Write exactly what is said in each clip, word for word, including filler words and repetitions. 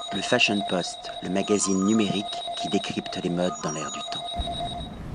Le Fashion Post, le magazine numérique qui décrypte les modes dans l'air du temps.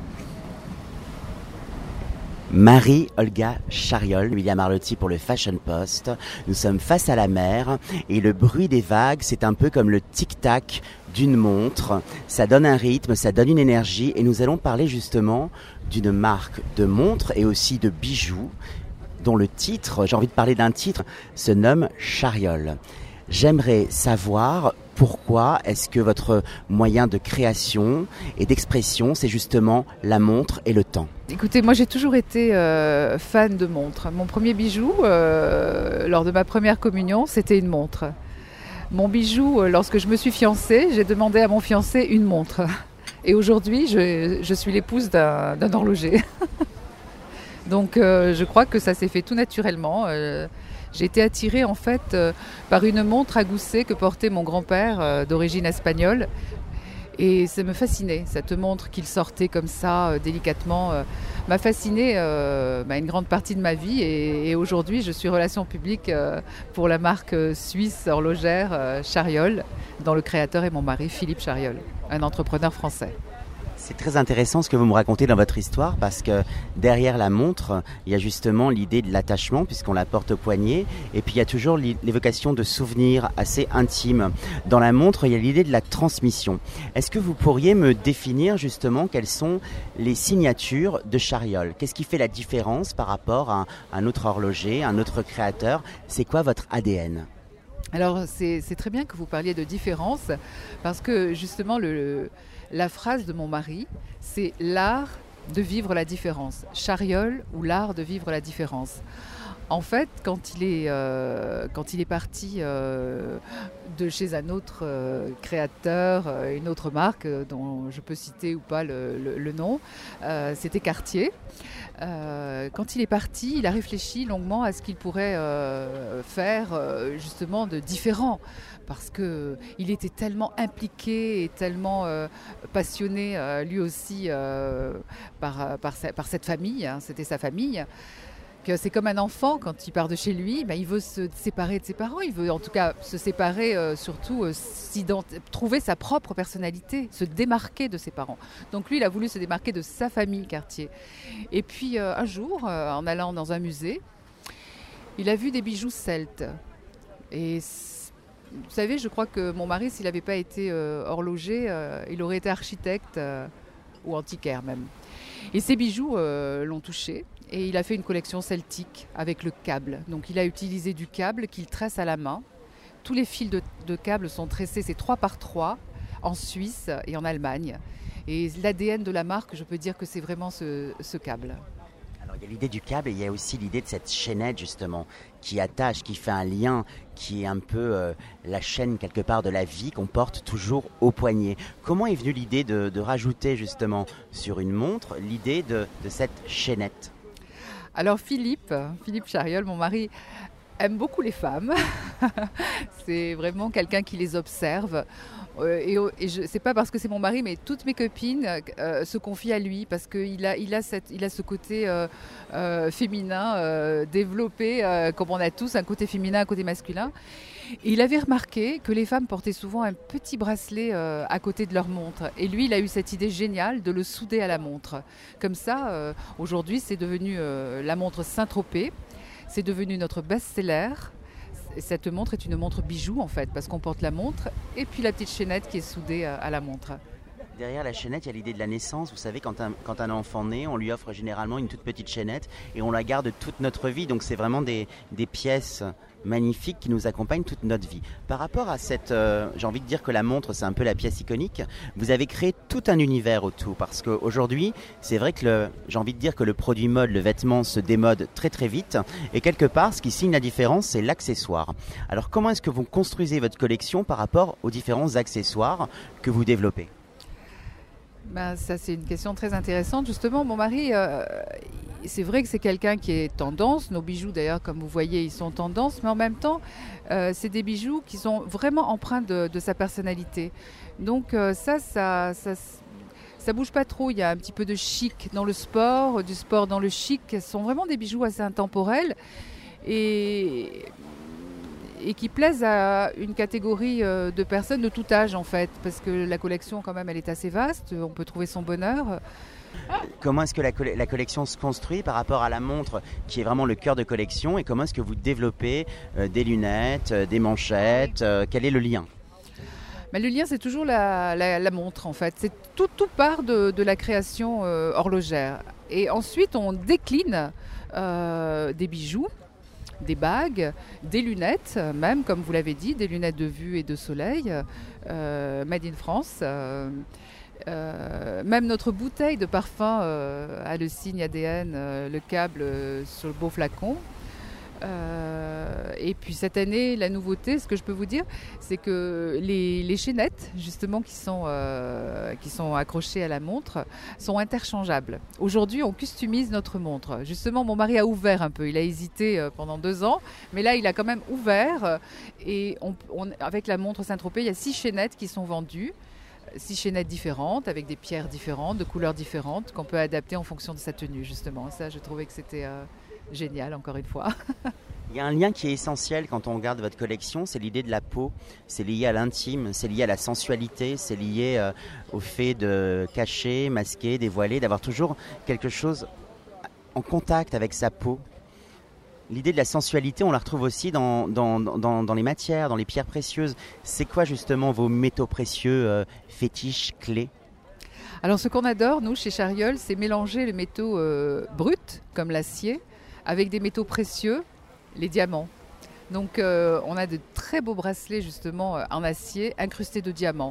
Marie-Olga Chariol, William Arlotti pour le Fashion Post. Nous sommes face à la mer et le bruit des vagues, c'est un peu comme le tic-tac d'une montre. Ça donne un rythme, ça donne une énergie et nous allons parler justement d'une marque de montres et aussi de bijoux dont le titre, j'ai envie de parler d'un titre, se nomme Chariol. J'aimerais savoir pourquoi est-ce que votre moyen de création et d'expression, c'est justement la montre et le temps. Écoutez, moi j'ai toujours été euh, fan de montres. Mon premier bijou, euh, lors de ma première communion, c'était une montre. Mon bijou, euh, lorsque je me suis fiancée, j'ai demandé à mon fiancé une montre. Et aujourd'hui, je, je suis l'épouse d'un, d'un horloger. Donc euh, je crois que ça s'est fait tout naturellement. Euh, J'ai été attirée en fait euh, par une montre à gousset que portait mon grand-père euh, d'origine espagnole. Et ça me fascinait, cette montre qu'il sortait comme ça, euh, délicatement, euh, m'a fascinée euh, bah, une grande partie de ma vie. Et, et aujourd'hui, je suis relation publique euh, pour la marque suisse horlogère euh, Chariol, dont le créateur est mon mari, Philippe Chariol, un entrepreneur français. C'est très intéressant ce que vous me racontez dans votre histoire parce que derrière la montre, il y a justement l'idée de l'attachement puisqu'on la porte au poignet et puis il y a toujours l'évocation de souvenirs assez intimes. Dans la montre, il y a l'idée de la transmission. Est-ce que vous pourriez me définir justement quelles sont les signatures de Chariol ? Qu'est-ce qui fait la différence par rapport à un autre horloger, un autre créateur ? C'est quoi votre A D N ? Alors c'est, c'est très bien que vous parliez de différence parce que justement le... La phrase de mon mari, c'est l'art de vivre la différence. Chariol ou l'art de vivre la différence. En fait, quand il est, euh, quand il est parti euh, de chez un autre euh, créateur, euh, une autre marque euh, dont je peux citer ou pas le, le, le nom, euh, c'était Cartier. Euh, quand il est parti, il a réfléchi longuement à ce qu'il pourrait euh, faire euh, justement de différent. Parce qu'il était tellement impliqué et tellement euh, passionné euh, lui aussi euh, par, par, par cette famille, hein, c'était sa famille, que c'est comme un enfant quand il part de chez lui, ben, il veut se séparer de ses parents, il veut en tout cas se séparer, euh, surtout euh, trouver sa propre personnalité, se démarquer de ses parents. Donc lui, il a voulu se démarquer de sa famille Cartier. Et puis euh, un jour, euh, en allant dans un musée, il a vu des bijoux celtes. Et vous savez, je crois que mon mari, s'il n'avait pas été euh, horloger, euh, il aurait été architecte euh, ou antiquaire même. Et ces bijoux euh, l'ont touché et il a fait une collection celtique avec le câble. Donc il a utilisé du câble qu'il tresse à la main. Tous les fils de, de câble sont tressés, c'est trois par trois en Suisse et en Allemagne. Et l'A D N de la marque, je peux dire que c'est vraiment ce, ce câble. Alors, il y a l'idée du câble et il y a aussi l'idée de cette chaînette justement qui attache, qui fait un lien, qui est un peu euh, la chaîne quelque part de la vie qu'on porte toujours au poignet. Comment est venue l'idée de, de rajouter justement sur une montre l'idée de, de cette chaînette ? Alors Philippe, Philippe Chariol, mon mari, aime beaucoup les femmes. C'est vraiment quelqu'un qui les observe. Euh, et et je, c'est pas parce que c'est mon mari, mais toutes mes copines euh, se confient à lui parce qu'il a, il a, cette, il a ce côté euh, euh, féminin euh, développé, euh, comme on a tous un côté féminin, un côté masculin. Et il avait remarqué que les femmes portaient souvent un petit bracelet euh, à côté de leur montre. Et lui, il a eu cette idée géniale de le souder à la montre. Comme ça, euh, aujourd'hui, c'est devenu euh, la montre Saint-Tropez. C'est devenu notre best-seller. Cette montre est une montre bijou en fait, parce qu'on porte la montre et puis la petite chaînette qui est soudée à la montre. Derrière la chaînette, il y a l'idée de la naissance. Vous savez, quand un, quand un enfant naît, on lui offre généralement une toute petite chaînette et on la garde toute notre vie. Donc c'est vraiment des, des pièces magnifiques qui nous accompagnent toute notre vie. Par rapport à cette, euh, j'ai envie de dire que la montre, c'est un peu la pièce iconique. Vous avez créé tout un univers autour parce qu'aujourd'hui, c'est vrai que le, j'ai envie de dire que le produit mode, le vêtement se démode très très vite. Et quelque part, ce qui signe la différence, c'est l'accessoire. Alors comment est-ce que vous construisez votre collection par rapport aux différents accessoires que vous développez ? Ben, ça, c'est une question très intéressante. Justement, mon mari, euh, c'est vrai que c'est quelqu'un qui est tendance. Nos bijoux, d'ailleurs, comme vous voyez, ils sont tendance. Mais en même temps, euh, c'est des bijoux qui sont vraiment empreints de, de sa personnalité. Donc euh, ça, ça, ça, ça bouge pas trop. Il y a un petit peu de chic dans le sport, du sport dans le chic. Ce sont vraiment des bijoux assez intemporels. Et... et qui plaisent à une catégorie euh, de personnes de tout âge en fait, parce que la collection quand même elle est assez vaste, on peut trouver son bonheur. Comment est-ce que la, coll- la collection se construit par rapport à la montre qui est vraiment le cœur de collection, et comment est-ce que vous développez euh, des lunettes, euh, des manchettes, euh, quel est le lien? Mais le lien, c'est toujours la, la, la montre, en fait. C'est tout, tout part de, de la création euh, horlogère. Et ensuite, on décline euh, des bijoux, des bagues, des lunettes, même, comme vous l'avez dit, des lunettes de vue et de soleil, euh, made in France. Euh, euh, même notre bouteille de parfum euh, a le signe A D N, euh, le câble euh, sur le beau flacon. Euh, et puis cette année, la nouveauté, ce que je peux vous dire, c'est que les, les chaînettes, justement, qui sont, euh, qui sont accrochées à la montre, sont interchangeables. Aujourd'hui, on customise notre montre. Justement, mon mari a ouvert un peu. Il a hésité pendant deux ans, mais là, il a quand même ouvert. Et on, on, avec la montre Saint-Tropez, il y a six chaînettes qui sont vendues. Six chaînettes différentes, avec des pierres différentes, de couleurs différentes, qu'on peut adapter en fonction de sa tenue, justement. Ça, je trouvais que c'était... Euh, génial, encore une fois. Il y a un lien qui est essentiel quand on regarde votre collection, c'est l'idée de la peau. C'est lié à l'intime, c'est lié à la sensualité, c'est lié euh, au fait de cacher, masquer, dévoiler, d'avoir toujours quelque chose en contact avec sa peau. L'idée de la sensualité, on la retrouve aussi dans, dans, dans, dans les matières, dans les pierres précieuses. C'est quoi justement vos métaux précieux euh, fétiches, clés ? Alors ce qu'on adore, nous, chez Chariol, c'est mélanger les métaux euh, bruts, comme l'acier, avec des métaux précieux, les diamants. Donc euh, on a de très beaux bracelets justement en acier incrustés de diamants.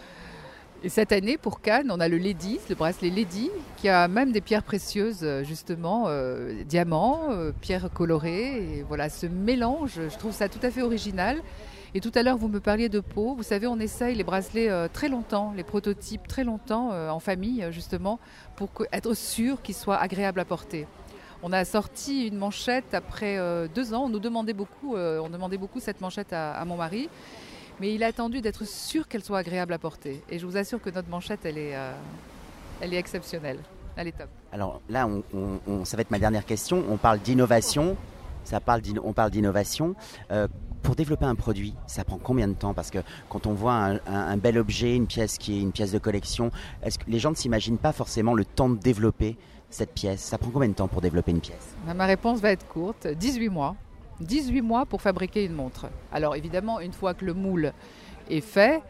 Et cette année pour Cannes, on a le Lady, le bracelet Lady, qui a même des pierres précieuses justement, euh, diamants, euh, pierres colorées. Et voilà, ce mélange, je trouve ça tout à fait original. Et tout à l'heure, vous me parliez de peau. Vous savez, on essaye les bracelets euh, très longtemps, les prototypes très longtemps euh, en famille justement, pour que, être sûr qu'ils soient agréables à porter. On a sorti une manchette après euh, deux ans. On nous demandait beaucoup, euh, on demandait beaucoup cette manchette à, à mon mari, mais il a attendu d'être sûr qu'elle soit agréable à porter. Et je vous assure que notre manchette, elle est, euh, elle est exceptionnelle. Elle est top. Alors là, on, on, on, ça va être ma dernière question. On parle d'innovation. Ça parle on parle d'innovation. Euh, pour développer un produit, ça prend combien de temps ? Parce que quand on voit un, un, un bel objet, une pièce qui est une pièce de collection, est-ce que les gens ne s'imaginent pas forcément le temps de développer cette pièce ? Ça prend combien de temps pour développer une pièce ? Ma réponse va être courte, dix-huit mois. dix-huit mois pour fabriquer une montre. Alors évidemment, une fois que le moule est fait,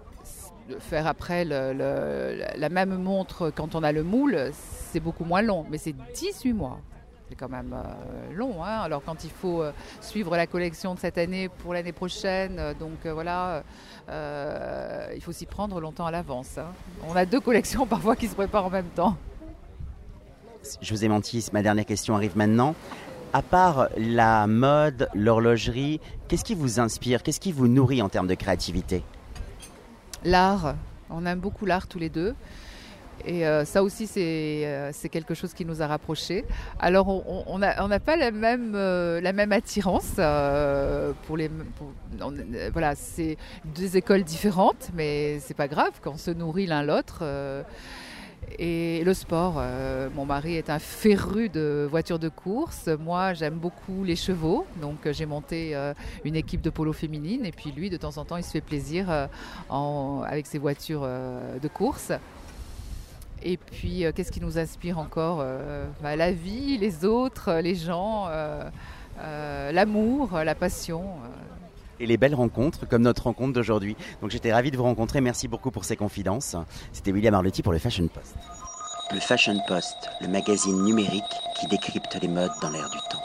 faire après le, le, la même montre quand on a le moule, c'est beaucoup moins long, mais c'est dix-huit mois. C'est quand même euh, long. Hein. Alors quand il faut euh, suivre la collection de cette année pour l'année prochaine, euh, donc euh, voilà, euh, il faut s'y prendre longtemps à l'avance. Hein. On a deux collections parfois qui se préparent en même temps. Je vous ai menti, ma dernière question arrive maintenant. À part la mode, l'horlogerie, qu'est-ce qui vous inspire ? Qu'est-ce qui vous nourrit en termes de créativité ? L'art. On aime beaucoup l'art tous les deux. Et euh, ça aussi, c'est, euh, c'est quelque chose qui nous a rapprochés. Alors, on n'a on on pas la même, euh, la même attirance. Euh, pour les, pour, on, euh, voilà, c'est deux écoles différentes, mais c'est pas grave quand on se nourrit l'un l'autre. Euh, Et le sport, euh, mon mari est un féru de voitures de course. Moi, j'aime beaucoup les chevaux. Donc, euh, j'ai monté euh, une équipe de polo féminine. Et puis, lui, de temps en temps, il se fait plaisir euh, en, avec ses voitures euh, de course. Et puis, euh, qu'est-ce qui nous inspire encore ? euh, bah, La vie, les autres, les gens, euh, euh, l'amour, la passion. Euh. Et les belles rencontres, comme notre rencontre d'aujourd'hui. Donc j'étais ravi de vous rencontrer, merci beaucoup pour ces confidences. C'était William Arlotti pour le Fashion Post. Le Fashion Post, le magazine numérique qui décrypte les modes dans l'air du temps.